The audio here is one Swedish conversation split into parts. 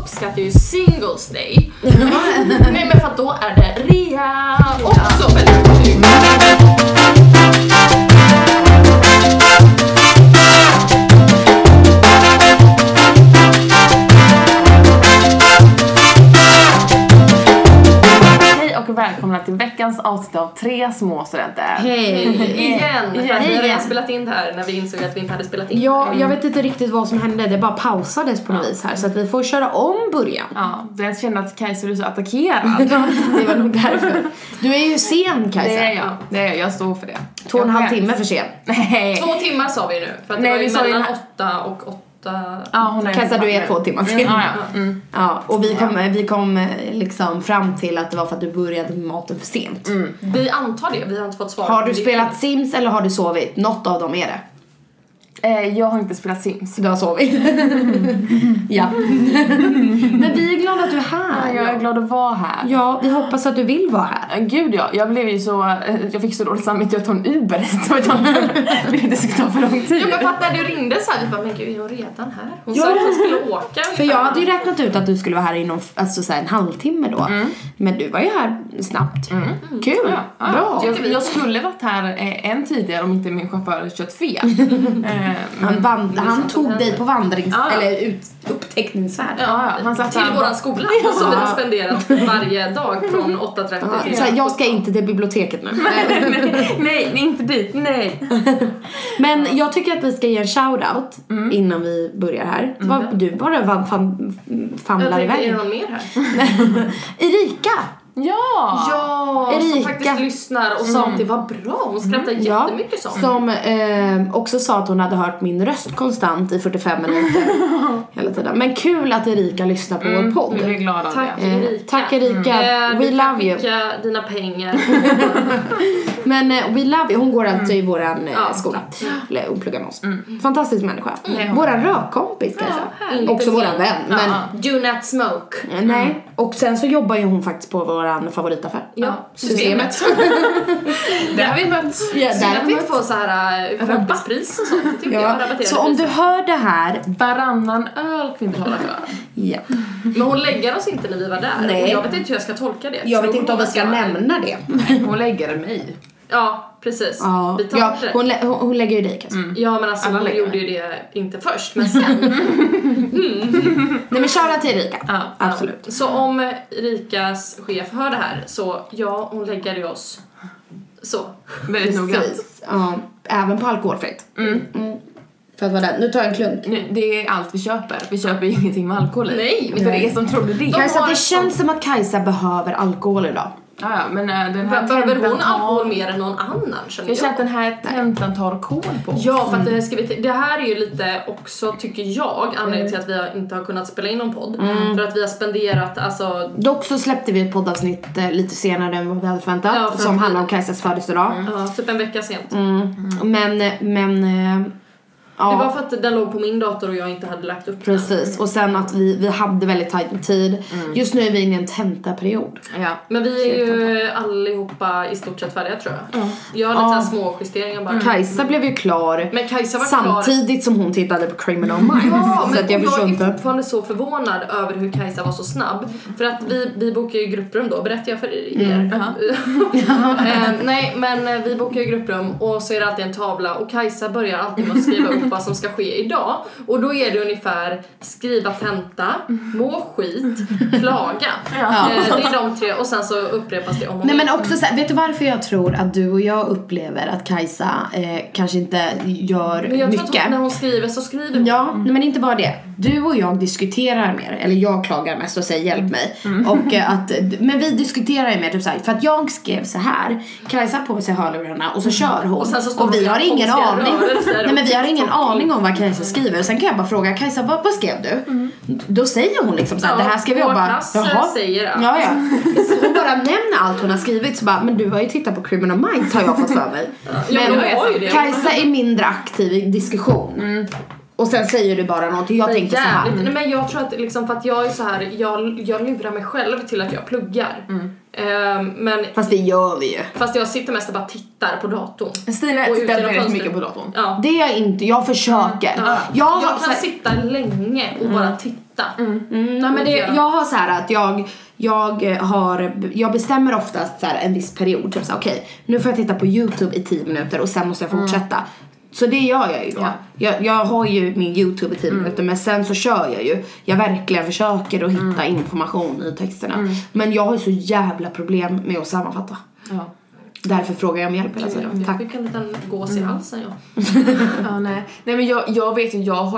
uppskattar ju Singles Day. Nej, men för att då är det rea. Också väldigt snyggt. Och välkomna till veckans avsnitt av 3 små studenter. Hej igen. För att vi har redan spelat in det här när vi insåg att vi inte hade spelat in. Ja, jag vet inte riktigt vad som hände. Det bara pausades på något vis här. Så att vi får köra om början. Ja, jag kände att Kajsa är så attackerad. Det var nog därför. Du är ju sen, Kajsa. Det är jag. Jag står för det. 2,5 timmar för sen. Nej. 2 timmar sa vi nu. För att det var ju mellan 8 och 8. Ja, Kajsa, du är 2 timmar sen. Ja, och vi kom liksom fram till att det var för att du började med maten för sent. Vi antar det, vi har inte fått svar. Har du spelat Sims eller har du sovit? Något av dem är det. Jag har inte spelat Sims. Du har sovit. Ja. Men vi är glada att du är här. Ja, jag är glad att vara här. Ja, vi hoppas att du vill vara här. Gud ja, jag fick så dåligt samvete att ta en Uber. Det skulle ta för lång tid. Ja, men fattar du ringde så här, vi bara, men gud, är hon redan här? Hon sa att hon skulle åka. För jag hade ju räknat ut att du skulle vara här inom så här en halvtimme då. Men du var ju här snabbt. Kul, bra. Jag skulle varit här en tidigare om inte min chaufför kört fel. Han tog dig på eller upptäckningsfärd. Han satt till våran skola som vi har spenderat varje dag från 8:30 till. Så jag ska inte till biblioteket nu. Nej, inte dit. Nej. Men jag tycker att vi ska ge en shoutout innan vi börjar här. Du bara famlar iväg. Är det någon mer här? Erika. Ja, Erika. som faktiskt lyssnar och sa att det var bra. Hon skrattar jättemycket som också sa att hon hade hört min röst konstant i 45 minuter hela tiden. Men kul att Erika lyssnar på vår podd. Vi är glada av det. Tack Erika. We love you. Dina pengar. Men we love you. Hon går alltså i våran skola. Eller hon pluggar med oss. Fantastisk människa. Våran rökkompis kanske. Också våran vän. Men do not smoke. Nej. Och sen så jobbar ju hon faktiskt på våran favoritaffär. Ja, Systemet. Där har vi mött. Där vi får så här rabattpris och sånt, tycker jag. Så om du hör det här, varannan öl kan vi betala för. Ja. Men hon lägger oss inte när vi var där. Nej. Och jag vet inte hur jag ska tolka det. Jag vet inte om vi ska nämna det. Hon lägger mig. Ja, precis. Ja, vi tar det. Hon lägger ju dig kanske. Ja, men alltså hon gjorde ju det inte först, men sen. Nej, men köra till Erika. Ja, absolut. Så om Erikas chef hör det här, så hon lägger ju oss så. Väldigt noggrant. Ja, även på alkoholfritt. För att vara där. Nu tar jag en klunk. Det är allt vi köper. Vi köper ju ingenting med alkohol i. Nej, för er som trodde det. Kajsa, det känns som att Kajsa behöver alkohol idag. Ja, men den här behöver hon alkohol mer än någon annan, känner jag. Känner att den här tentan tar kol på. Ja, för att det här är ju lite också, tycker jag, anledningen till att vi inte har kunnat spela in någon podd. För att vi har spenderat, alltså. Dock så släppte vi ett poddavsnitt lite senare än vad vi hade förväntat. Som handlar om Kajsas födelsedag. Ja, typ en vecka sent. Men det var för att den låg på min dator och jag inte hade lagt upp den. Precis, och sen att vi hade väldigt tajt med tid. Just nu är vi inne i en tentaperiod. Ja. Men vi är ju allihopa i stort sett färdiga, tror jag. Jag har lite små justeringar bara. Kajsa blev ju klar. Men Kajsa var samtidigt som hon tittade på Criminal Minds. Ja, så men att jag är fortfarande så förvånad över hur Kajsa var så snabb. För att vi bokar ju grupprum då, berättar jag för er. Nej, men vi bokar ju grupprum och så är det alltid en tavla. Och Kajsa börjar alltid med att skriva upp vad som ska ske idag. Och då är det ungefär skriva tenta, må skit, klaga. Det är de 3 och sen så upprepas det om och Nej, men också så här, vet du varför jag tror att du och jag upplever att Kajsa kanske inte gör men jag mycket? Tror att när hon skriver så skriver hon. Ja, men inte bara det. Du och jag diskuterar mer, eller jag klagar mest och säger hjälp mig. Och men vi diskuterar ju mer typ så här, för att jag skrev så här, Kajsa på sig hörlurarna och så kör hon. Och vi har ingen aning. Nej, men vi har ingen aning om vad Kajsa skriver. Sen kan jag bara fråga Kajsa, vad skrev du? Då säger hon liksom så här, det här ska vi jobba. Jaha. Säger det. Ja. Så hon bara nämner allt hon har skrivit, så bara, men du har ju tittat på Criminal Minds, har jag fått för mig. Men Kajsa är mindre aktiv i diskussion. Och sen säger du bara någonting. Jag tänker så här. Nej, men jag tror att liksom, för att jag är så här, jag lurar mig själv till att jag pluggar. Men fast det gör vi ju. Fast jag sitter mest och bara tittar på datorn. Stina tittar väldigt mycket på datorn. Ja. Det är jag inte. Jag försöker. Jag kan sitta länge och bara titta. hitta. Nej, men jag har så här att jag bestämmer oftast så här en viss period. Typ så okej, nu får jag titta på YouTube i 10 minuter och sen måste jag fortsätta. Så det gör jag ju då. Jag har ju min YouTube i 10 minuter, men sen så kör jag ju. Jag verkligen försöker att hitta information i texterna. Men jag har ju så jävla problem med att sammanfatta. Ja. Därför frågar jag om hjälp hela tiden. Tack. Jag fick en liten gås i halsen, nej men jag vet ju,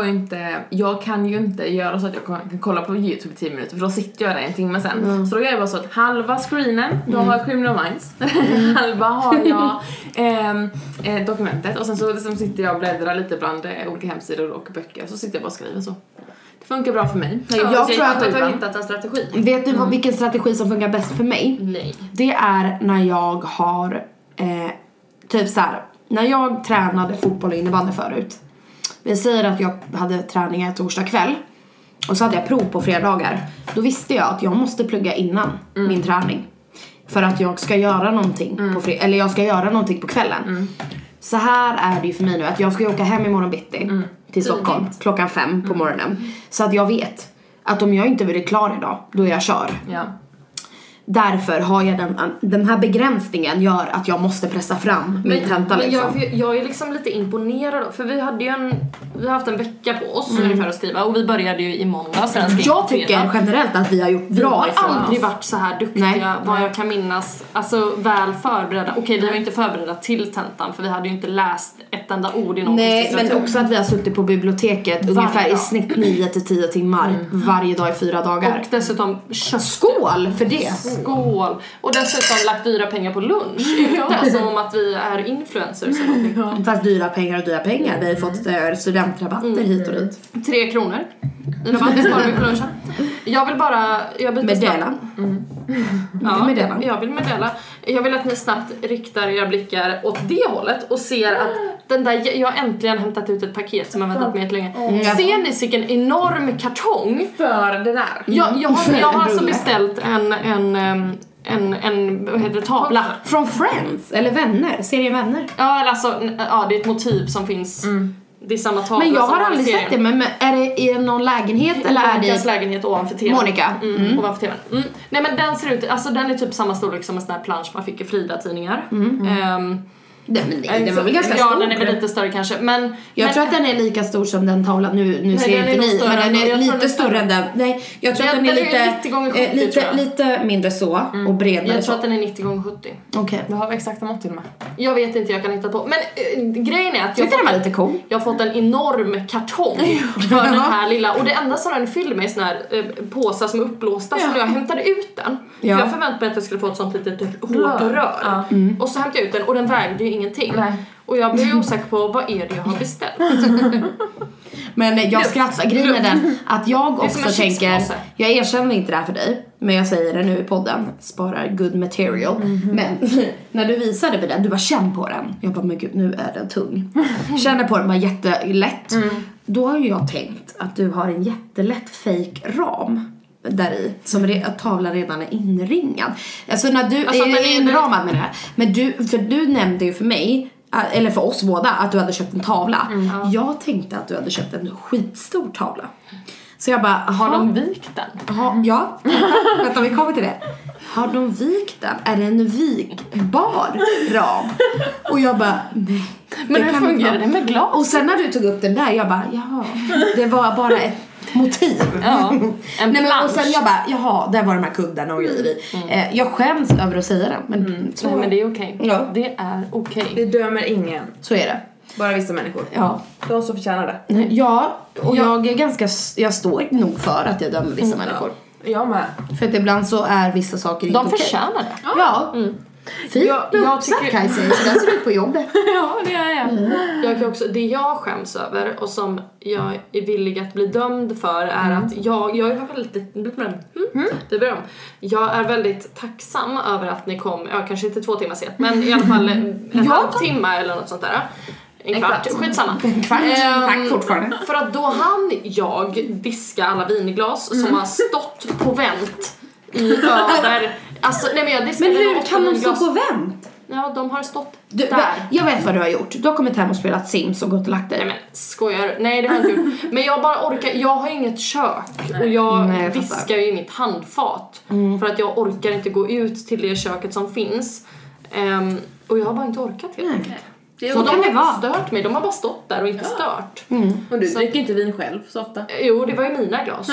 jag kan ju inte göra så att jag kan kolla på YouTube i 10 minuter, för då sitter jag där en timme sen. Så då gör jag bara så att halva screenen, då har jag Criminal Minds, halva har jag dokumentet, och sen så liksom sitter jag och bläddrar lite bland olika hemsidor och böcker, så sitter jag bara och skriver så. Det funkar bra för mig. Jag tror att du har hittat en strategi. Vet du vilken strategi som funkar bäst för mig? Nej. Det är när jag har typ så här, när jag tränade fotboll och innebandy förut. Vi säger att jag hade träningar torsdag kväll och så hade jag prov på fredagar. Då visste jag att jag måste plugga innan min träning, för att jag ska göra någonting eller jag ska göra någonting på kvällen. Så här är det ju för mig nu, att jag ska åka hem imorgon bitti till Stockholm klockan 5 på morgonen. Så att jag vet att om jag inte blir klar idag, då är jag kör. Ja. Därför har jag den här begränsningen gör att jag måste pressa fram min tenta liksom. Jag är liksom lite imponerad då, för vi har haft en vecka på oss ungefär att skriva, och vi började ju i måndags. Jag tycker generellt att vi har gjort bra ifrån oss. Vi har aldrig varit så här duktiga, vad jag kan minnas, alltså väl förberedda. Okej, vi var inte förberedda till tentan, för vi hade ju inte läst ett enda ord i någon. Nej, men också att vi har suttit på biblioteket ungefär i snitt 9-10 timmar varje dag i 4 dagar. Och dessutom skål för det. Skål. Och dessutom lagt dyra pengar på lunch. Inte som om att vi är influencers eller någonting. Fast dyra pengar. Vi har ju fått studentrabatter hit och dit. 3 kronor i rabatt sparar vi på lunchen. Jag vill bara... Meddela. Jag vill meddela. Jag vill att ni snabbt riktar era blickar åt det hållet och ser att den där, jag har äntligen hämtat ut ett paket som jag väntat med länge. Ser ni vilken enorm kartong för det där? Jag har alltså beställt en vad heter det, tavla från Friends eller Vänner, serien Vänner. Ja, alltså det är ett motiv som finns. Det är samma tavla. Men jag har aldrig sett det, men är det i någon lägenhet eller är det lägenhet ovanför tvn? Monica. Ovanför tvn. Nej, men den ser ut, alltså den är typ samma storlek som en sån här plansch man fick i Frida-tidningar. Den var väl ganska stor. Ja, den är väl lite större kanske, men jag tror att den är lika stor som den tavlan. Nu ser inte ni, men den är lite större än den. Nej, jag tror att den är lite mindre så och bredare. Jag tror att den är 90x70. Okej. Du har exakta mått till mig. Jag vet inte, jag kan hitta på. Men grejen är att jag tyckte den var lite cool. Jag har fått en enorm kartong för den här lilla, och det enda som den fyller med är såna här påsar som är uppblåsta. Så när jag hämtade ut den, för jag förväntade mig att jag skulle få ett sånt litet hårt rör. Och så hämtade jag ut den och den vägde ju ingenting. Nej. Och jag blev osäker på vad är det jag har beställt. Men jag skrattar, grejen är den att jag också tänker, jag erkänner inte det här för dig, men jag säger det nu i podden, sparar good material. Men när du visade på den, du bara känn på den. Jag bara, men gud, nu är den tung. Känner på den, bara jättelätt. Då har ju jag tänkt att du har en jättelätt fake ram där i, som tavlan redan är inringad. Alltså när du är inramad med det här. Men du nämnde ju för mig, eller för oss båda, att du hade köpt en tavla. Jag tänkte att du hade köpt en skitstor tavla. Så jag bara, har de vikt den? Ja, vänta, vi kommer till det. Har de vikt den? Är det en vikbar ram? Och jag bara, nej. Men hur fungerar det med glas? Och sen när du tog upp den där, jag bara, jaha, det var bara ett motiv. Ja, en plansch. Och sen jag bara, jaha, där var de här kuddarna och grejer i. Jag skäms över att säga det, men så. Nej, men det är okej. Ja. Det är okej. Det dömer ingen. Så är det. Bara vissa människor. Ja. De som förtjänar det. Ja, och jag står nog för att jag dömer vissa människor. Jag med. För att ibland så är vissa saker inte okej. De förtjänar det. Ja. Fint. Jag tycker Kajsa, så där ser du ut på jobbet. Ja, det är jag. Jag kan också, det jag skäms över och som jag är villig att bli dömd för är att jag är väldigt det beröm. Jag är väldigt tacksam över att ni kom, kanske inte 2 timmar sent, men i alla fall en halvtimme eller något sånt där. En kvart, skitsamma. Tack fortfarande. För att då hann jag diska alla vinglas som har stått på vänt i över. Alltså, nej, men jag diskade. Men hur kan de stå på vänt? Ja, de har stått Du, där. jag vet vad du har gjort. Du har kommit hem och spelat Sims och gått och lagt dig. Nej men skojar. Nej det har jag inte gjort. Men jag bara orkar. Jag har inget kök. Och jag viskar ju i mitt handfat. För att jag orkar inte gå ut till det köket som finns. Och jag har bara inte orkat helt enkelt. Så de har inte stört mig. De har bara stått där och inte stört. Och du dricker inte vin själv så ofta? Jo, det var ju mina glas.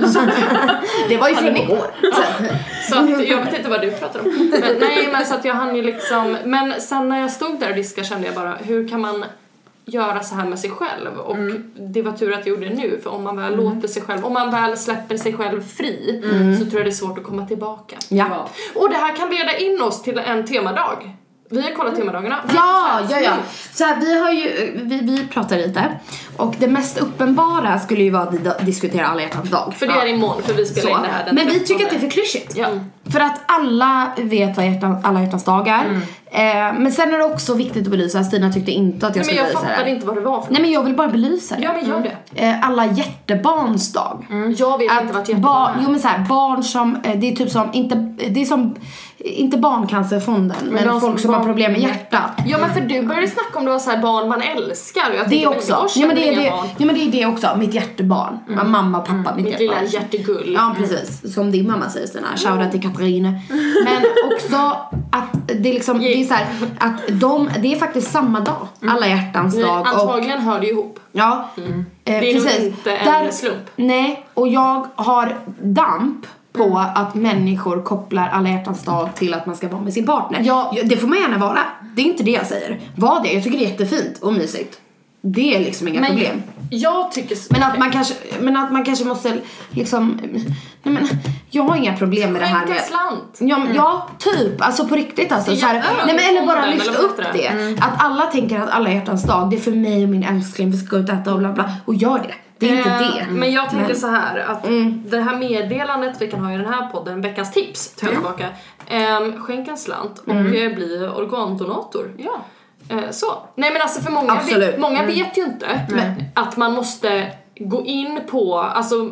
Det var ju från igår. Så att, jag vet inte vad du pratar om. Men, nej, men så att jag hann ju liksom. Men sen när jag stod där och diskade kände jag bara, hur kan man göra så här med sig själv? Och det var tur att jag gjorde det nu. För om man väl låter sig själv, om man väl släpper sig själv fri, så tror jag det är svårt att komma tillbaka. Ja. Och det här kan leda in oss till en temadag. Vi har kollat temadagarna. Ja. Så här, vi har ju vi pratar lite. Och det mest uppenbara skulle ju vara att vi diskuterar alla hjärtans dag. För det är imorgon, för vi spelar in det här. Men vi tycker att det är för klyschigt. Ja. För att alla vet vad alla hjärtans dag är. Men sen är det också viktigt att belysa. Stina tyckte inte att jag skulle belysa det. Men jag fattade inte vad det var för. Nej, men jag vill bara belysa det. Ja, men gör det. Alla hjärtebarns dag. Jag vet inte vad hjärtebarn är. Jo, men så här, barn som, det är typ som, det är som, inte barncancerfonden, men folk som har problem med hjärtat. Ja, men för du började snacka om det var så här barn man älskar. Och jag det också. Ja, men det är det också. Mitt hjärtebarn. Mamma och pappa, mitt lilla hjärtegull. Ja, precis. Som din mamma säger, Stina. Shoutout till Katarina. Men också att det är liksom, det är så här, att det är faktiskt samma dag. Alla hjärtans dag. Antagligen hör det ihop. Ja. Det är precis. nog inte en slump. Nej, och jag har damp på att människor kopplar alla hjärtans dag till att man ska vara med sin partner. Ja, det får man gärna vara. Det är inte det jag säger. Var det. Jag tycker det är jättefint och mysigt. Det är liksom inga problem. Jag tycker men att man kanske måste liksom, nej men jag har inga problem med det här med slant. Ja, typ alltså på riktigt alltså så här, nej men eller bara lyfta upp det. Att alla tänker att alla hjärtans dag, det är för mig och min älskling, vi ska gå ut och äta och bla bla, och gör det. Det är inte det. Men jag tänker så här att det här meddelandet vi kan ha i den här podden, veckans tips, tar jag tillbaka. Skänk en slant och bli organdonator. Ja. Så. Nej men alltså för många vet ju inte att man måste gå in på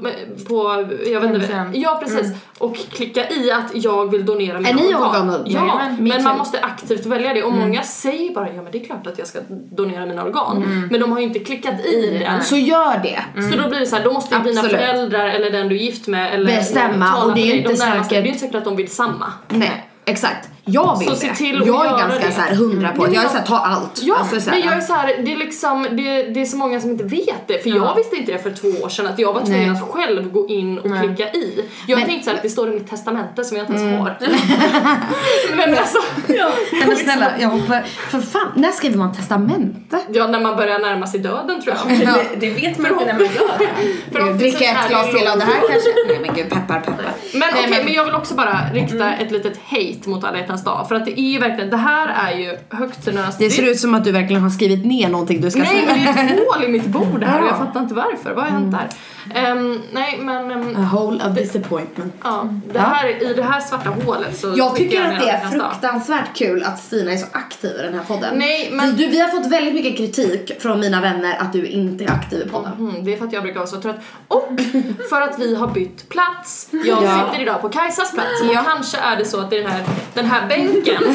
jag vet inte. Ja, precis. Och klicka i att jag vill donera mina organ. Ja, men man måste aktivt välja det. Och många säger bara, ja men det är klart att jag ska donera mina organ. Men de har ju inte klickat i det. Så gör det. Så då blir det så här, då måste ju dina föräldrar eller den du är gift med eller bestämma, och det är inte säkert. Det är inte säkert att de vill samma. Nej. Exakt. Jag vill så det. Jag är ganska så här 100 på att jag är så här, ta allt. Ja, alltså, så här, men jag är så här, det är liksom det är så många som inte vet det. För jag visste inte det för 2 år sedan, att jag var tvungen att själv gå in och klicka i. Jag tänkte så här, att det står i mitt testamente som jag inte ens har. Men alltså men snälla, jag hoppar, för fan, när skriver man testamente? Ja, när man börjar närma sig döden, tror jag. Det vet man inte när man gör. Dricka ett glas till av det här kanske. Nej men gud, peppar. Men okej, men jag vill också bara rikta ett litet hate mot alla hjärtans dag. För att det är ju verkligen, det här är ju högt nöst. Det ser ut som att du verkligen har skrivit ner någonting du ska säga. Nej, men det är ett hål i mitt bord här och jag fattar inte varför. Vad har hänt där? Nej, men... A hole of disappointment. Ja, i det här svarta hålet så... Jag tycker att det är fruktansvärt kul att Stina är så aktiv i den här podden. Nej, men... Vi har fått väldigt mycket kritik från mina vänner att du inte är aktiv i podden. Det är för att jag brukar vara så trött. Och för att vi har bytt plats. Jag sitter idag på Kajsas plats. Och kanske är det så att det är den här bänken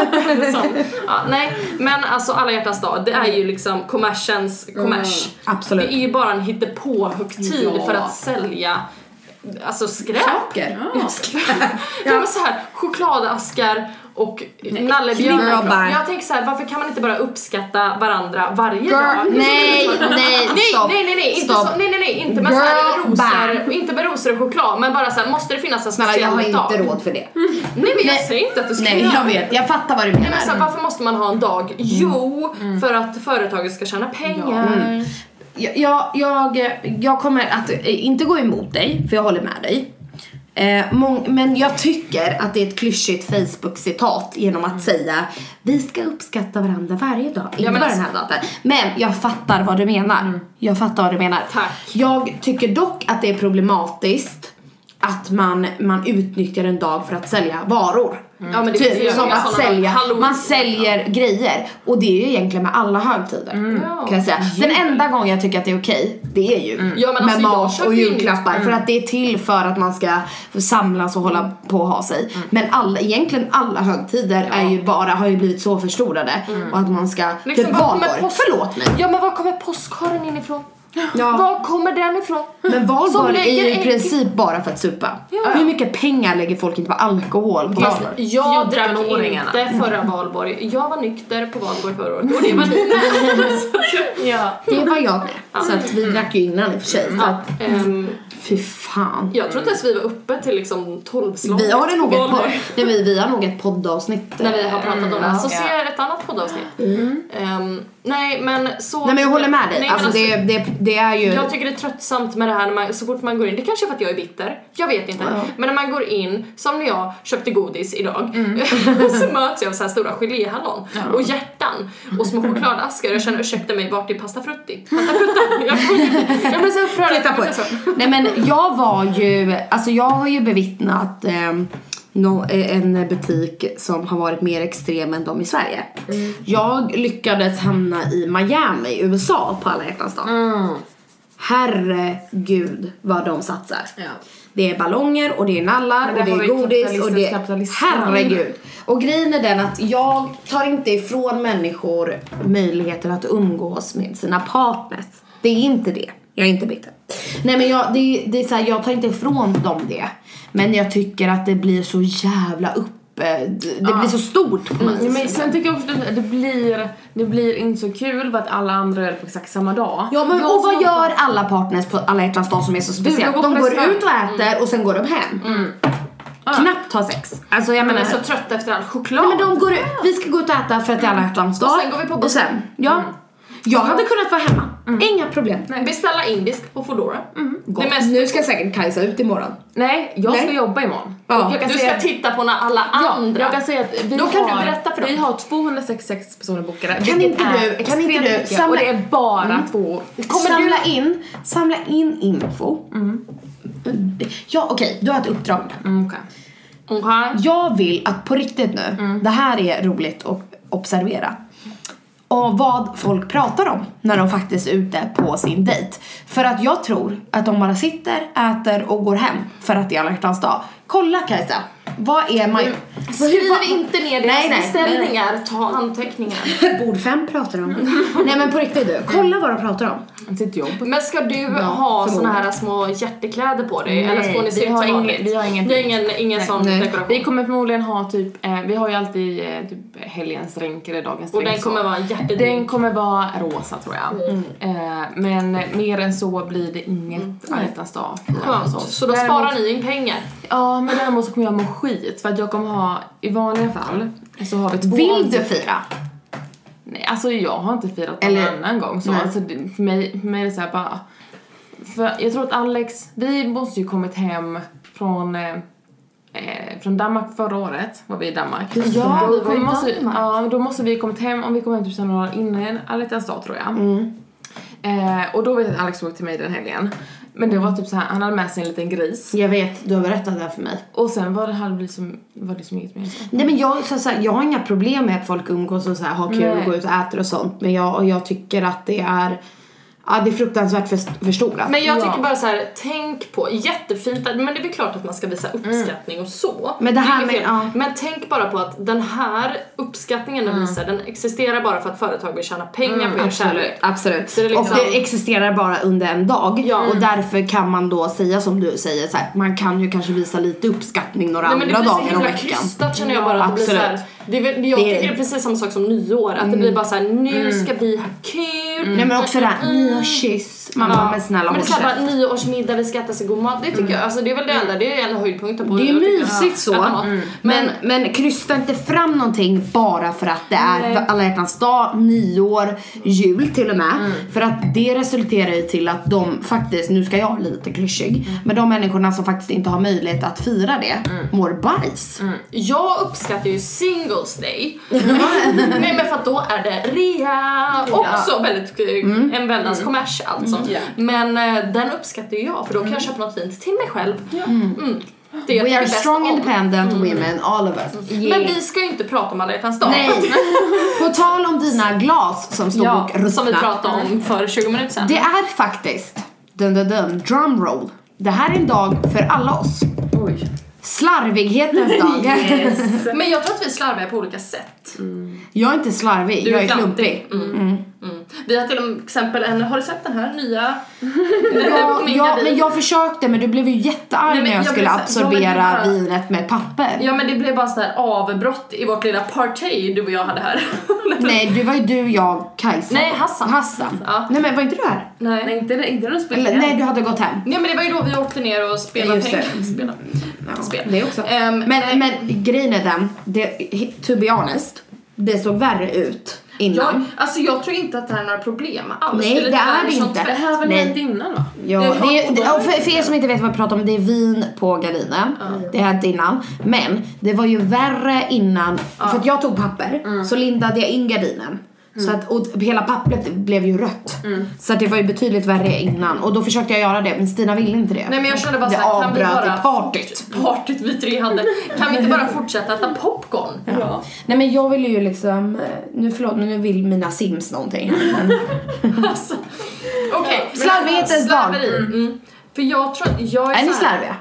nej, men alltså alla hjärtans dag, det är ju liksom kommers. Absolut. Det är ju bara en hittepå-högtid för att sälja alltså skräp. Saker. Ja, men så här, chokladaskar och nallebjörnar. Jag tänker så här, varför kan man inte bara uppskatta varandra varje dag? Nej, stopp. Nej, inte med så här rosor, inte med rosor och choklad, men bara så här, måste det finnas en speciell dag? Jag har inte råd för det. Nej, men jag säger inte att du ska. Nej, jag vet. Jag fattar vad du menar. Nej, men så här, varför måste man ha en dag? Jo, för att företaget ska tjäna pengar. Jag kommer att inte gå emot dig, för jag håller med dig. Men jag tycker att det är ett klyschigt Facebook-citat genom att säga vi ska uppskatta varandra varje dag, inte bara den här dagen. Men jag fattar vad du menar. Jag fattar vad du menar. Tack. Jag tycker dock att det är problematiskt att man utnyttjar en dag för att sälja varor. Ja, men det typ som att sälja, Halloween. man säljer grejer. Och det är ju egentligen med alla högtider kan jag säga. Den enda gången jag tycker att det är okej, det är ju Ja, men med alltså, mat och julklappar. För att det är till för att man ska samlas och hålla på och ha sig. Men egentligen alla högtider är ju har ju blivit så förstorade. Och att man ska Liksom, typ valborg, förlåt mig. Ja, men var kommer påskharen inifrån? Ja. Var kommer den ifrån? Men valborg är ju i ägg. princip bara för att supa. Hur mycket pengar lägger folk inte på alkohol på valborg? Jag drack 14-åringarna. inte förra valborg. Jag var nykter på valborg förra året. Och det var ni. Ja. Det var jag med. Så att vi drack ju innan i och för sig. Så att, fy fan. Jag tror inte ens vi var uppe till liksom 12-slaget. Vi har nog vi har nog ett poddavsnitt. När vi har pratat om det. Så ser ett annat poddavsnitt. Nej, men så... Nej, men jag håller med dig. Nej, Alltså, det är ju... Jag tycker det är tröttsamt med det här när så fort man går in. Det kanske är för att jag är bitter. Jag vet inte. Men när man går in, som när jag köpte godis idag, så möts jag av så här stora geléhallon och hjärtan och små chokladaskar. Jag känner, ursäkta mig, vart är pasta frutti? Jag blir så upprörd. Flytta på det. Nej, men jag har ju bevittnat en butik som har varit mer extrem än de i Sverige. Jag lyckades hamna i Miami, USA på alla hjärtans dag. Herregud vad de satsar. Det är ballonger och det är nallar och det är godis och det är... Herregud. Och grejen är den att jag tar inte ifrån människor möjligheter att umgås med sina partners. Det är inte det. Jag är inte bitter. Nej, men det är så här, jag tar inte ifrån dem det. Men jag tycker att det blir så jävla det blir så stort på mig. Men sen tycker jag också att det blir inte så kul för att alla andra är på exakt samma dag. Ja, men och vad gör alla partners på alla hjärtans dag som är så speciellt? De går ut och äter och sen går de hem. Knappt ha sex. Alltså jag menar, är så trött efter all choklad. Nej, men de går ut, vi ska gå ut och äta för att det är alla hjärtans dag. Och sen går vi på och sen, jag hade kunnat vara hemma. Inga problem. Nej. Beställa indisk på Foodora. Nu ska säkert Kajsa ut imorgon. Nej, jag ska jobba imorgon. Ja. Du ska titta på när alla andra. Jag kan säga att Då kan du berätta för dem. Vi har 266 personer bokade. Kan inte du samla, och det är bara 2. Samla in info. Ja, okej, du har ett uppdrag. Okay. Jag vill att på riktigt nu, det här är roligt att observera. Och vad folk pratar om när de faktiskt är ute på sin dejt. För att jag tror att de bara sitter, äter och går hem för att det är alla hjärtans dag. Kolla Kajsa, vad är man... Skriv inte ner deras beställningar, ta anteckningar. Bord 5 pratar de om. Nej, men på riktigt du, kolla vad de pratar om. Sitt jobb. Men ska du ha såna här små hjärtekläder på dig? Nej, eller ska ni se ut som vanligt? Vi har ingen. Det är ingen sån dekoration. Vi kommer förmodligen ha typ, vi har ju alltid typ helgens drink eller dagens drink. Och den kommer vara hjärtedrink. Den kommer vara rosa tror jag. Men mer än så blir det inget hjärtans dag. Skönt, så då sparar ni in pengar. Ja, men däremot så kommer jag må skit. För att jag kommer ha, i vanliga fall så har vi 2. Vill du fira? Nej, alltså jag har inte firat någon annan gång. Så alltså, för mig är det så här bara... För jag tror att Alex, vi måste ju kommit hem från Danmark förra året. Var vi i Danmark. Ja, då vi måste, ja, då måste vi kommit hem, om vi kommer hem typ några dagar innan Alex dag tror jag. Och då vet jag att Alex såg till mig den helgen. Men det var typ så här, han hade med sig en liten gris. Jag vet, du har berättat det här för mig. Och sen var det liksom inget mer. Nej, men jag har inga problem med att folk umgås och så här, har kul och går ut och äter och sånt. Men jag tycker att det är... Ja, det är fruktansvärt förstorat. Men jag tycker bara så här, tänk på, jättefint, men det är väl klart att man ska visa uppskattning och så. Men det här med, men tänk bara på att den här uppskattningen den visar, den existerar bara för att företag vill tjäna pengar på er kärlek. Absolut. Så det liksom... Och det existerar bara under en dag. Ja. Och därför kan man då säga som du säger så här, man kan ju kanske visa lite uppskattning några andra dagar om veckan. Det blir så himla krystat känner jag bara att det blir så här, jag tycker det är precis samma sak som nyår, att det blir bara så här, nu ska vi ha kul. Nej, men också där nyårskyss. Man bara, men snälla, men det är så här, bara nyårsmiddag, vi ska äta sig god mat. Det tycker jag, alltså det är väl det enda, det är en höjdpunkt på. Det är mysigt så. Men krysta inte fram någonting bara för att det är alla hjärtans dag, nyår, jul till och med. För att det resulterar ju till att de faktiskt, nu ska jag vara lite klyschig, men de människorna som faktiskt inte har möjlighet att fira det mår bajs. Jag uppskattar ju Singles Day. Nej, men för att då är det rea också väldigt en väldans kommers alltså. Men den uppskattar ju jag, för då kan jag köpa något fint till mig själv. We are strong independent women, all of us. Men vi ska ju inte prata om alla hjärtans dag. Nej. På tal om dina glas som stod och ruttna. Som vi pratade om för 20 minuter sedan. Det är faktiskt drumroll. Det här är en dag för alla oss. Oj. Slarvighetens dag. Men jag tror att vi slarvar på olika sätt. Jag är inte slarvig, jag är klumpig. Vi har till exempel har du sett den här nya? Men jag försökte, men du blev ju jättearg när jag skulle absorbera vinet med papper. Ja, men det blev bara så här avbrott i vårt lilla party du och jag hade här. Nej, det var ju du, jag, Kajsa. Nej, Hassan. Ja. Nej, men var inte du här? Nej, inte du spelade. Nej, du hade gått hem. Ja, men det var ju då vi åkte ner och spelade spel. Det också. Men grejen är den, to be honest, det såg värre ut innan. Jag tror inte att det här är några problem alls. Nej, det är det inte. Det här var hänt innan då? Ja, för er som inte vet vad jag pratar om, det är vin på gardinen. Det har hänt innan. Men det var ju värre innan. För att jag tog papper, så lindade jag in gardinen. Så att, och hela pappret blev ju rött. Så att det var ju betydligt värre innan. Och då försökte jag göra det, men Stina ville inte det. Nej, men jag kände bara såhär, kan vi bara partyt vi tre hade. Kan vi inte bara fortsätta äta popcorn? Ja. Nej, men jag ville ju liksom, nu vill mina Sims någonting. Alltså, okej. Slarvighetens dag. För jag tror att jag är ni slarviga?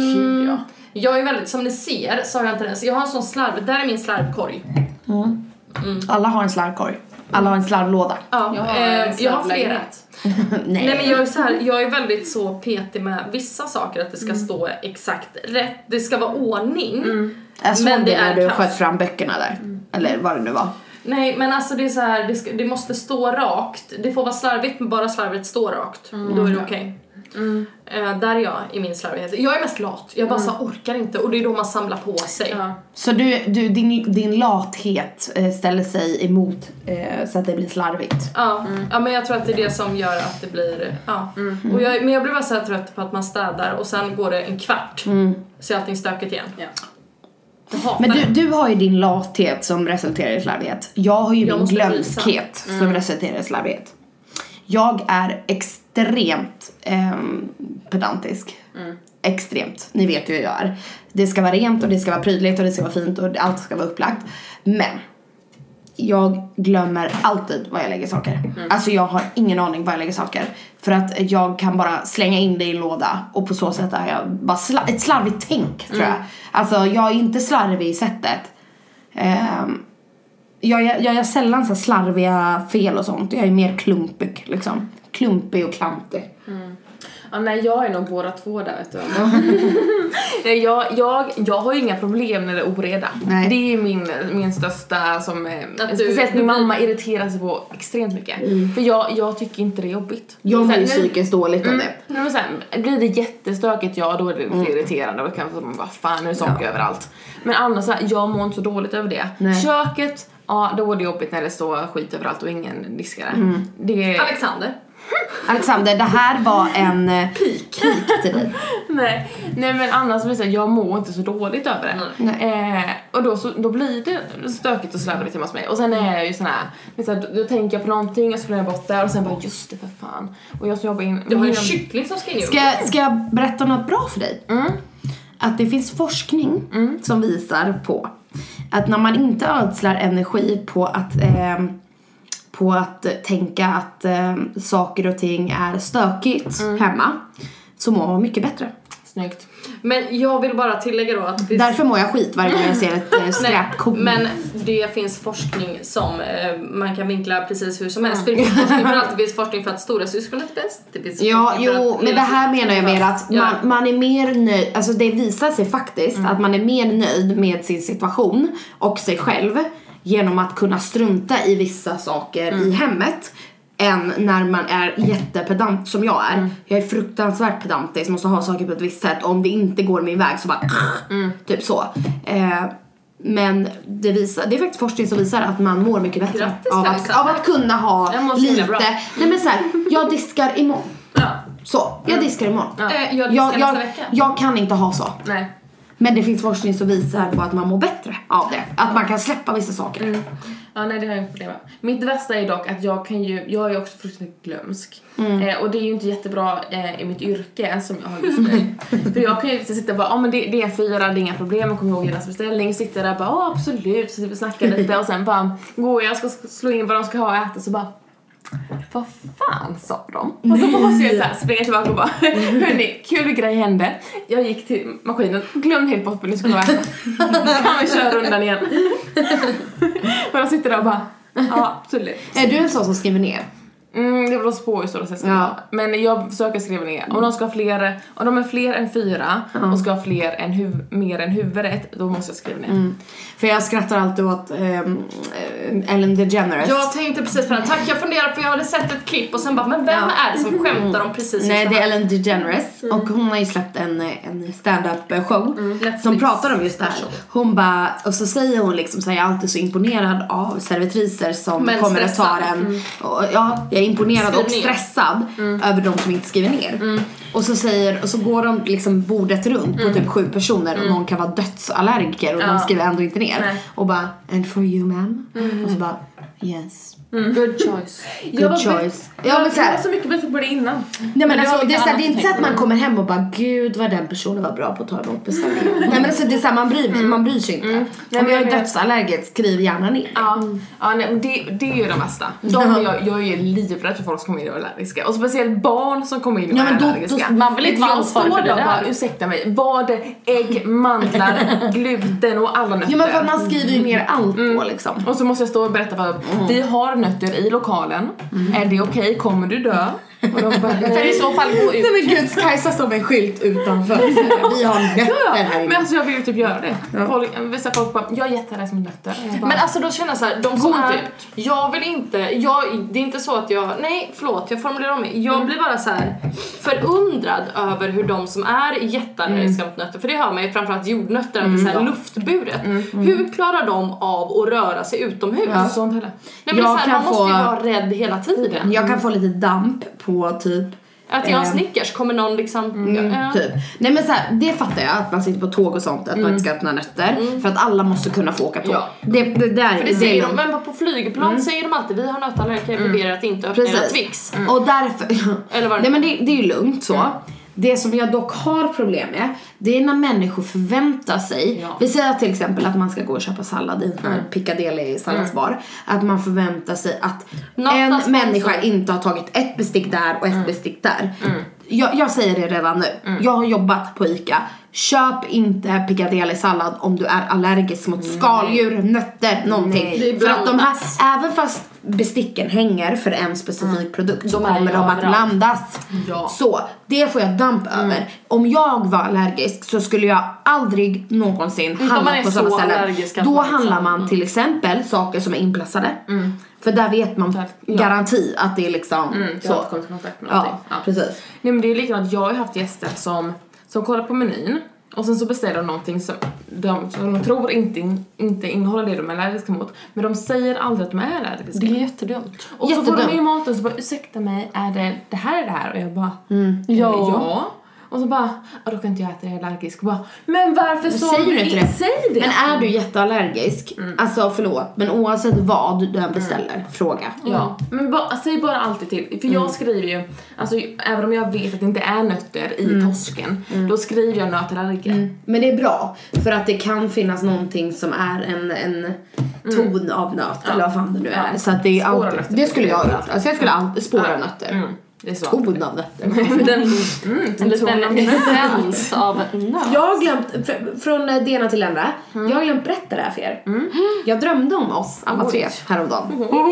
Jag är väldigt, som ni ser så har jag inte den. Så jag har en sån slarv, där är min slarvkorg. Alla har en slarvkorg. Alla har en slarvlåda. Ja, jag har flera. Nej, men jag är väldigt så petig med vissa saker, att det ska stå exakt rätt. Det ska vara ordning. Jag såg men det när du sköt fram böckerna där. Eller vad det nu var. Nej, men alltså det är så här, det måste stå rakt. Det får vara slarvigt, men bara slarvigt står rakt. Då är det okej. Där är jag i min slarvighet. Jag är mest lat. Jag bara så orkar inte. Och det är då man samlar på sig. Så din lathet ställer sig emot så att det blir slarvigt. Ja, men jag tror att det är det som gör att det blir. Och men jag blir bara så här trött på att man städar och sen går det en kvart så är allting stökigt igen. Men du har ju din lathet som resulterar i slarvighet. Jag har ju min glömskhet som resulterar i slarvighet. Jag är extremt pedantisk. Extremt. Ni vet ju hur jag är. Det ska vara rent och det ska vara prydligt och det ska vara fint och allt ska vara upplagt. Men jag glömmer alltid var jag lägger saker. Alltså jag har ingen aning var jag lägger saker. För att jag kan bara slänga in det i en låda. Och på så sätt är jag bara ett slarvigt tänk, tror jag. Alltså jag är inte slarvig i sättet. Jag gör sällan så slarviga fel och sånt. Jag är mer klumpig liksom. Klumpig och klantig. Ja, nej, jag är nog båda två där, vet du. jag har ju inga problem när det är oreda. Nej. Det är min största speciellt min mamma irriterar sig på extremt mycket. För jag tycker inte det är jobbigt. Jag mår ju psykiskt dåligt av det. Men sen, blir det jättestökigt, då är det lite irriterande. Och kan man bara, fan, nu är saker överallt. Men annars, jag mår inte så dåligt över det. Nej. Köket, då är det jobbigt när det står skit överallt och ingen diskar det. Alexander, det här var en peak till dig. Nej, men annars vill jag säga, jag mår inte så dåligt över det. Och då blir det stökigt och slarvigt hemma hos mig. Och sen är jag ju sån här, då tänker jag på någonting och så blir jag bort där och sen bara, just det, för fan. Och jag så jobbar in. Du har en kyckling som ska in. Ska jag berätta något bra för dig? Att det finns forskning som visar på att när man inte ödslar energi på att tänka att saker och ting är stökigt hemma, så mår man mycket bättre. Snyggt. Men jag vill bara tillägga då att därför mår jag skit varje gång jag ser ett skräpkorn. Men det finns forskning som man kan vinkla precis hur som helst. För det finns forskning för allt. Det finns forskning för att stora syskonet är bäst. Det finns men det här menar jag mer att man är mer nöjd. Alltså det visar sig faktiskt att man är mer nöjd med sin situation och sig själv genom att kunna strunta i vissa saker i hemmet än när man är jättepedant som jag är. Jag är fruktansvärt pedantisk, måste ha saker på ett visst sätt. Om det inte går min väg så bara typ så. Men det är faktiskt forskning som visar att man mår mycket bättre av att kunna ha lite. Nej, men så här, jag diskar imorgon. Så, jag diskar imorgon. Jag kan inte ha så. Nej. Men det finns forskning som visar på att man mår bättre av det. Att man kan släppa vissa saker. Ja, nej, det har jag inte problem med. Mitt värsta är dock att jag är ju också fruktansvärt glömsk. Och det är ju inte jättebra i mitt yrke som jag har just nu. För jag kan ju sitta och bara, men det är 4, det är inga problem, jag kommer ihåg deras beställning. Sitter där och bara, absolut, så vi snackar lite och sen bara går jag ska slå in vad de ska ha och äta så bara, vad fan sa de? Och så måste jag så här springa tillbaka och bara, hörni, kul grej hände. Jag gick till maskinen, glömde helt bort vad ni skulle äta. Kan vi köra rundan igen? Och de sitter där och bara, ja, absolut. Är du en sån som skriver ner? Det var spår så att säga. Ja. Men jag försöker skriva ner. Om de ska ha fler, om de är fler än 4 och ska ha fler än mer än huvudrätt, då måste jag skriva ner. För jag skrattar alltid åt Ellen DeGeneres. Jag tänkte precis på den. Tack, jag funderade för jag hade sett ett klipp och sen bara, men vem är det som skämtar om precis Nej, det är Ellen DeGeneres. Och hon har ju släppt en stand-up show som pratar om just det här. Hon bara, och så säger hon liksom så här, jag är alltid så imponerad av servitriser som men kommer att ta den. Och, ja, jag är imponerad och stressad över de som inte skriver ner. Och så går de liksom bordet runt på typ 7 personer och någon kan vara dödsallergiker och de skriver ändå inte ner. Nej. Och bara, and for you ma'am. Och så bara, yes. Good choice. Good choice. Ja, men så Jag här, var så mycket bättre på det innan. nej, men alltså, det är, så här, annat det är inte så att man kommer hem och bara, gud vad den personen var bra på att ta emot beställningen. Nej, men alltså, det är så här, man bryr sig inte. Om jag är dödsallergisk, skriv gärna ner. Ja, nej, det är ju de värsta. Jag är ju livrädd för folk som kommer in och är allergiska. Och speciellt barn som kommer in och är allergiska. Man vill inte vara ansvarig för det där. Bara, ursäkta mig, var det ägg, mandlar, gluten och alla nötter? Ja, men för man skriver ju ner allt på liksom. Och så måste jag stå och berätta för vi har nötter i lokalen. Är det okej? Kommer du dö? Och de bara, För i så fall gå ut. Nej, men gud, Kajsa står med en skylt utanför. Vi har nötter här inne. men alltså jag vill ju typ göra det. Vissa folk bara, jag jättar det som nötter. Bara, Men alltså då känner jag så här, de som Gå är, ut. jag vill inte, det är inte så att jag formulerar om mig. Jag blir bara så här förundrad över hur de som är jätteallergiska mot nötter, för det hör man ju framförallt jordnötter, att det är så här luftburet. Hur klarar de av att röra sig utomhus? ja, sånt heller. Nej, men det är så här, man måste ju vara rädd hela tiden. Jag kan få lite damp på typ Att jag har Snickers, kommer någon liksom typ. Nej, men så här, det fattar jag, att man sitter på tåg och sånt, att man inte ska öppna nötter för att alla måste kunna få åka tåg. Ja. Det där För det säger de, men på flygplan säger de alltid, vi har nötallergiker, vi ber att inte öppna era Twix. Och därför Eller vad det nej, men det är ju lugnt så. Det som jag dock har problem med, det är när människor förväntar sig. Ja. Vi säger till exempel att man ska gå och köpa sallad i en Piccadilly salladsbar. Att man förväntar sig att en människa inte har tagit ett bestick där och ett bestick där. Jag säger det redan nu. Jag har jobbat på ICA. Köp inte Piccadilly sallad om du är allergisk mot skaldjur, nötter, någonting. För att de här, även fast besticken hänger för en specifik produkt, så kommer de att blandas. Ja. Så det får jag damp över. Om jag var allergisk så skulle jag aldrig någonsin handla på sådana ställen. Då handlar man till exempel saker som är inplastade. För där vet man garanti att det är liksom så. Kommit i kontakt med någonting. Ja, precis. Nej, men det är likadant, jag har haft gäster som kollar på menyn och sen så beställer de någonting som de tror inte innehåller det de är allergiska mot, men de säger aldrig att de är allergiska. Det är jättedumt. Och så får de ju maten och så bara, ursäkta mig, är det här? Och jag bara, ja. Och så bara, då kan inte jag äta det, jag är allergisk. Och bara, men varför sa du inte det? Säg det! Men är du jätteallergisk, alltså förlåt, men oavsett vad du beställer, fråga. Ja, men säg bara alltid till. För jag skriver ju, alltså även om jag vet att det inte är nötter i torsken, då skriver jag nötallergiker. Men det är bra, för att det kan finnas någonting som är en ton av nöt, eller vad fan det nu är. Så att det är alltid, det skulle jag göra. Alltså jag skulle alltid spåra nötter. Det är så. Ton av nötter. En liten essens av nöt. Jag har glömt, från det ena till det andra, jag har glömt berätta det här för er. Jag drömde om oss alla 3 häromdagen.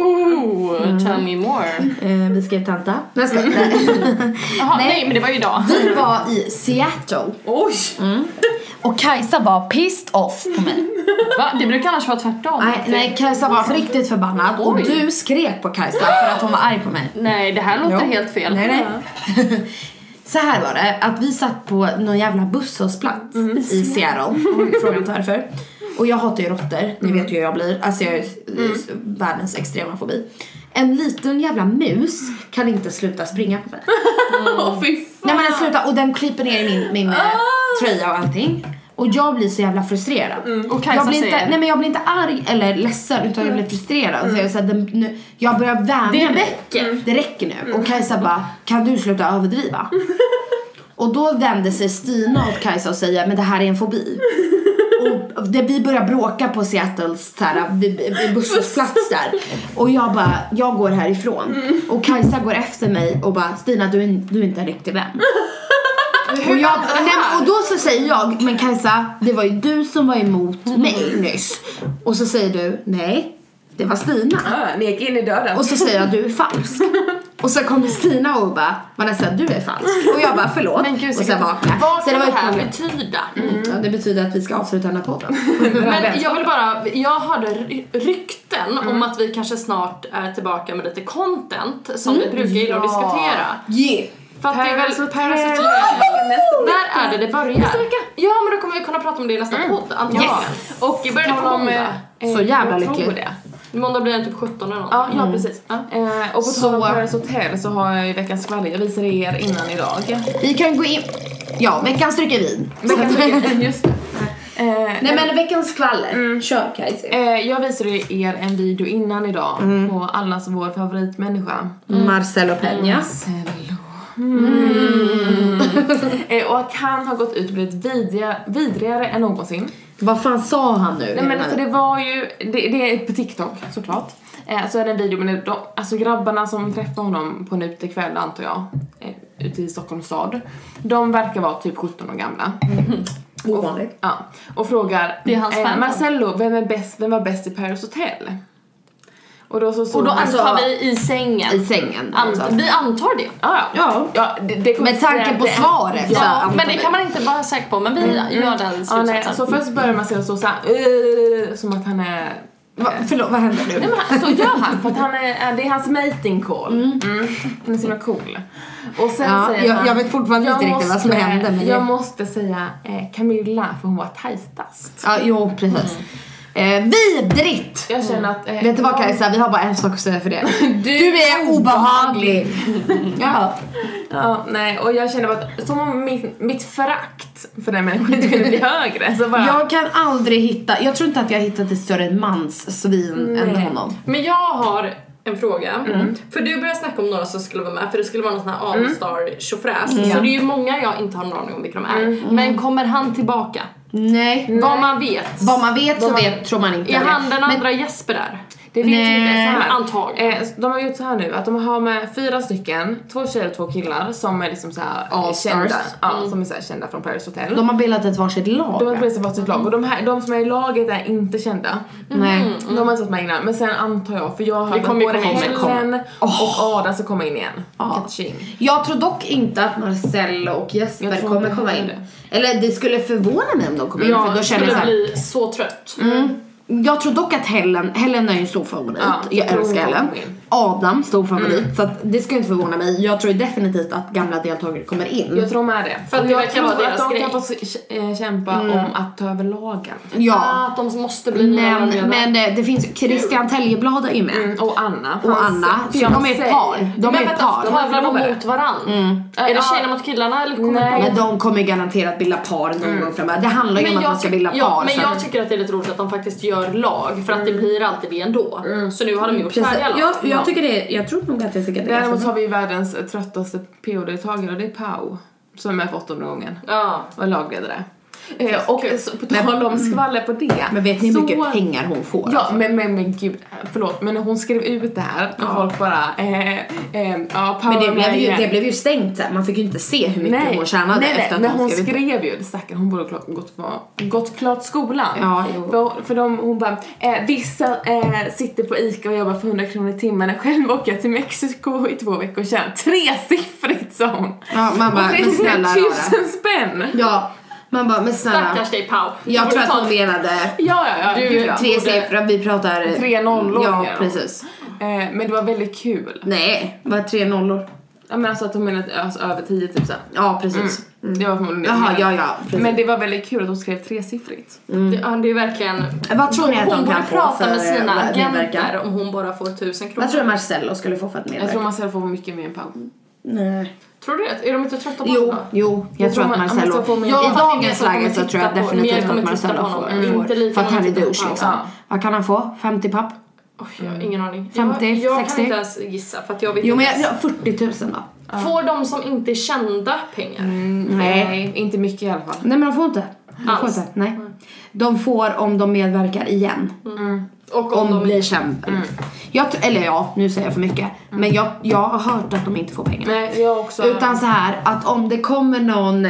Tell me more. Vi skrev tenta. Nej, men det var ju idag. Vi var i Seattle. Oj! Och Kajsa var pissed off på mig. Va? Det brukar annars vara tvärtom. Nej, Kajsa var riktigt förbannad. Och du skrek på Kajsa för att hon var arg på mig. Nej, det här låter helt fel. Nej. Så här var det, att vi satt på någon jävla busshållplats i Seattle. Fråga inte varför. Och jag hatar ju råttor, ni vet ju hur jag blir. Alltså jag är världens extrema fobi. En liten jävla mus kan inte sluta springa på mig. Fy fan. Nej, men den slutar, och den kryper ner i min tröja och allting. Och jag blir så jävla frustrerad. Och Kajsa jag blir inte arg eller ledsen, utan jag blir frustrerad. Så jag, jag börjar vänja mig. Det räcker nu. Och Kajsa bara, kan du sluta överdriva? Och då vände sig Stina åt Kajsa och säger, men det här är en fobi. Och vi börjar bråka på Seattles bussplats där. Och jag bara, jag går härifrån. Och Kajsa går efter mig och bara, Stina, du är inte en riktig vän. Och då så säger jag, men Kajsa, det var ju du som var emot mig nyss. Och så säger du, nej, det var Stina. Ni gick in i dörren. Och så säger jag, du är falsk. Och så kommer Stina och bara, Vanessa, du är falsk. Och jag bara, förlåt. Men gud, och sen vaknar. Vad kan det här betyda? Ja, det betyder att vi ska avsluta den här podden. Men jag hörde rykten om att vi kanske snart är tillbaka med lite content som vi brukar gilla att diskutera. För att det är väl Paris Hotel. När är det börjar? Ja, men då kommer vi kunna prata om det i nästa podd, antagligen. Och i början på måndag. Så jävla lyckligt. Måndag blir det typ 17 eller något. Ja, precis. Och på tal om Paris Hotel så har jag ju veckans skvaller. Jag visar er innan idag. Vi kan gå in. Ja, veckans drycker vin. Just det. Nej, men veckans skvaller. Kör, Kajsa. Jag visade er en video innan idag på allas vår favoritmänniska. Marcelo Peña. Och han har gått ut och blivit vidrigare än någonsin. Vad fan sa han nu? Nej, men för det var ju det är på TikTok såklart. Så är det en video med alltså grabbarna som träffade honom på en utekväll, antar jag, ute i Stockholms stad. De verkar vara typ 17 år gamla. Ovanligt. Och frågar, det är hans Marcelo, vem var bäst i Paris Hotel? Och då antar vi i sängen. I sängen. Vi antar det. Ja. Det med tanke på svaret. Ja, men det kan man inte vara säker på. Men vi gör den slutsatsen. Så först börjar man se så här, som att han är... Förlåt, vad händer nu? Nej, men så gör han, för att det är hans mating call. Han är så cool. Och sen säger han, jag vet fortfarande inte riktigt vad som hände. Men jag måste säga Camilla, för hon var tajtast. Ja, jo, precis. Vidrigt! Jag känner att... vet du vad, Kajsa? Vi har bara en sak att säga för det. Du är obehaglig. Ja, nej. Och jag känner att som om mitt förakt för den människan inte kunde bli högre. Så bara... Jag kan aldrig hitta... Jag tror inte att jag har hittat ett större manssvin än honom. Men jag har en fråga. För du började snacka om några som skulle vara med. För det skulle vara någon sån här all-star tjofräs. Så det är ju många jag inte har någon aning om vilka de är. Men kommer han tillbaka? Nej. Vad man vet. Vad man vet så tror man inte. Är han den andra Jesper där? Det vet jag inte. Så här. Antagligen. De har gjort så här nu att de har med 4 stycken, 2 tjejer och 2 killar som är liksom så här all-stars. Kända, som är så här kända från Paris Hotel. De har bildat ett varsitt lag. De har bildat ett varsitt lag och de som är i laget är inte kända. Nej. De har inte varit med innan, men sen antar jag, för jag har hört både Helen och Ada ska komma in igen. Jag tror dock inte att Marcelo och Jesper kommer komma in. Eller det skulle förvåna mig om de kommer in, för då känner jag så här, bli så trött. Jag tror dock att Helen är ju en stor favorit. Jag älskar Helen. Adam, stor favorit. Så att det ska inte förvåna mig. Jag tror definitivt att gamla deltagare kommer in. Jag tror med det. För att jag tror att de kan få kämpa om att ta över lagen. Ja. Att de måste bli men det finns Christian Täljeblad är ju med. Och Anna. Så de är ett par. De är ett par. Tävlar de mot varann? Är det tjejerna mot killarna? Eller men de kommer garanterat bilda par någon gång framöver. Det handlar ju om att man ska bilda par. Men jag tycker att det är lite roligt att de faktiskt gör lag. För att det blir alltid det ändå. Så nu har de gjort färdiga lag. Jag tycker det. Jag tror nog att jag tycker att det är. Däremot har vi världens tröttaste PO-deltagare, och det är Pau som är med för 8:e gången. Och är lagledare. Och på tal om skvaller på det. Men vet ni hur mycket pengar hon får? Ja, alltså? men gud, förlåt. Men när hon skrev ut det här och folk bara men det blev ju stängt så här. Man fick ju inte se hur mycket hon tjänade efter att men hon skrev ju det, stackare. Hon borde gått klart skolan. Ja, för hon bara vissa sitter på ICA och jobbar för 100 kronor i timmen. Själv åker jag till Mexiko i 2 veckor sedan. 3-siffrigt, sa hon. Ja, man bara, men snälla 1000 spänn. Ja. Man bara, men snälla. Stackars dig, Pau. Jag tror att hon menade. Ja. Du, 3 siffror, vi pratar 3 nollor. Ja, precis. Men det var väldigt kul. Nej, vad 3 nollor? Ja, men alltså att hon menade över 10 typ så. Ja, precis. Det var förmodligen ja, precis. Men det var väldigt kul att hon skrev 3-siffrigt. Det är verkligen. Vad tror ni att de kan få prata för med sina agenter om hon bara får 1000 kronor? Vad tror du Marcelo skulle få för att medverka? Jag tror Marcelo får mycket mer än Pau. Nej. Tror du det? Är de inte trötta på honom? Jo, jag tror att Marcelo... I dagens läge så tror jag definitivt att Marcelo får. För att han är douche liksom. Vad kan han få? 50 papp? Jag har ingen aning. 50, jag 60? kan inte ens gissa för att jag vet men 40 000 då. Får de som inte är kända pengar? Nej, inte mycket i alla fall. Nej, men de får inte. Nej. De får om de medverkar igen. Och om de blir kända. Nu säger jag för mycket. Men jag har hört att de inte får pengar. Nej, jag också. Utan så här att om det kommer någon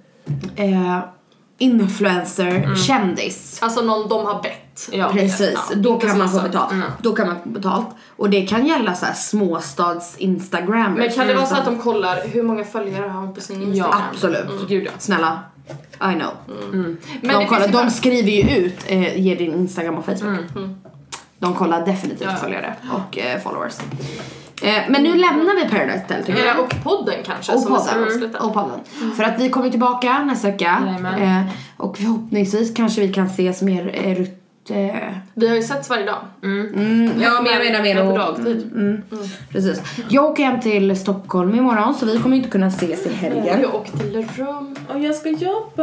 influencer kändis. Alltså någon de har bett. Ja, precis. Då kan man få betalt. Då kan man få betalt. Och det kan gälla så här småstads Instagram. Men kan det vara så att de kollar hur många följare har hon på sin Instagram? Ja, absolut. Gud, ja. Snälla. I know. Men de skriver ju ut ge din Instagram och Facebook. De kollar definitivt följare och followers. Men nu lämnar vi Paradise Hotel tycker jag. Och podden kanske. Och podden. För att vi kommer tillbaka nästa vecka. Och förhoppningsvis kanske vi kan ses mer vi har ju sett varje dag. Ja, men jag menar mer på dagtid. Precis. Jag åker hem till Stockholm imorgon, så vi kommer inte kunna ses i helgen. Jag åker till Rum. Och jag ska jobba.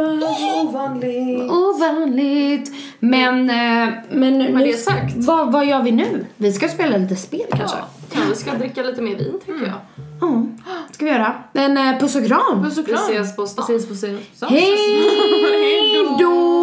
Ovanligt. Men det är sagt. Vad gör vi nu? Vi ska spela lite spel kanske. Ja, vi ska dricka lite mer vin tycker jag. Ja, ska vi göra. Men puss och kram. Vi ses på stan. Hej då.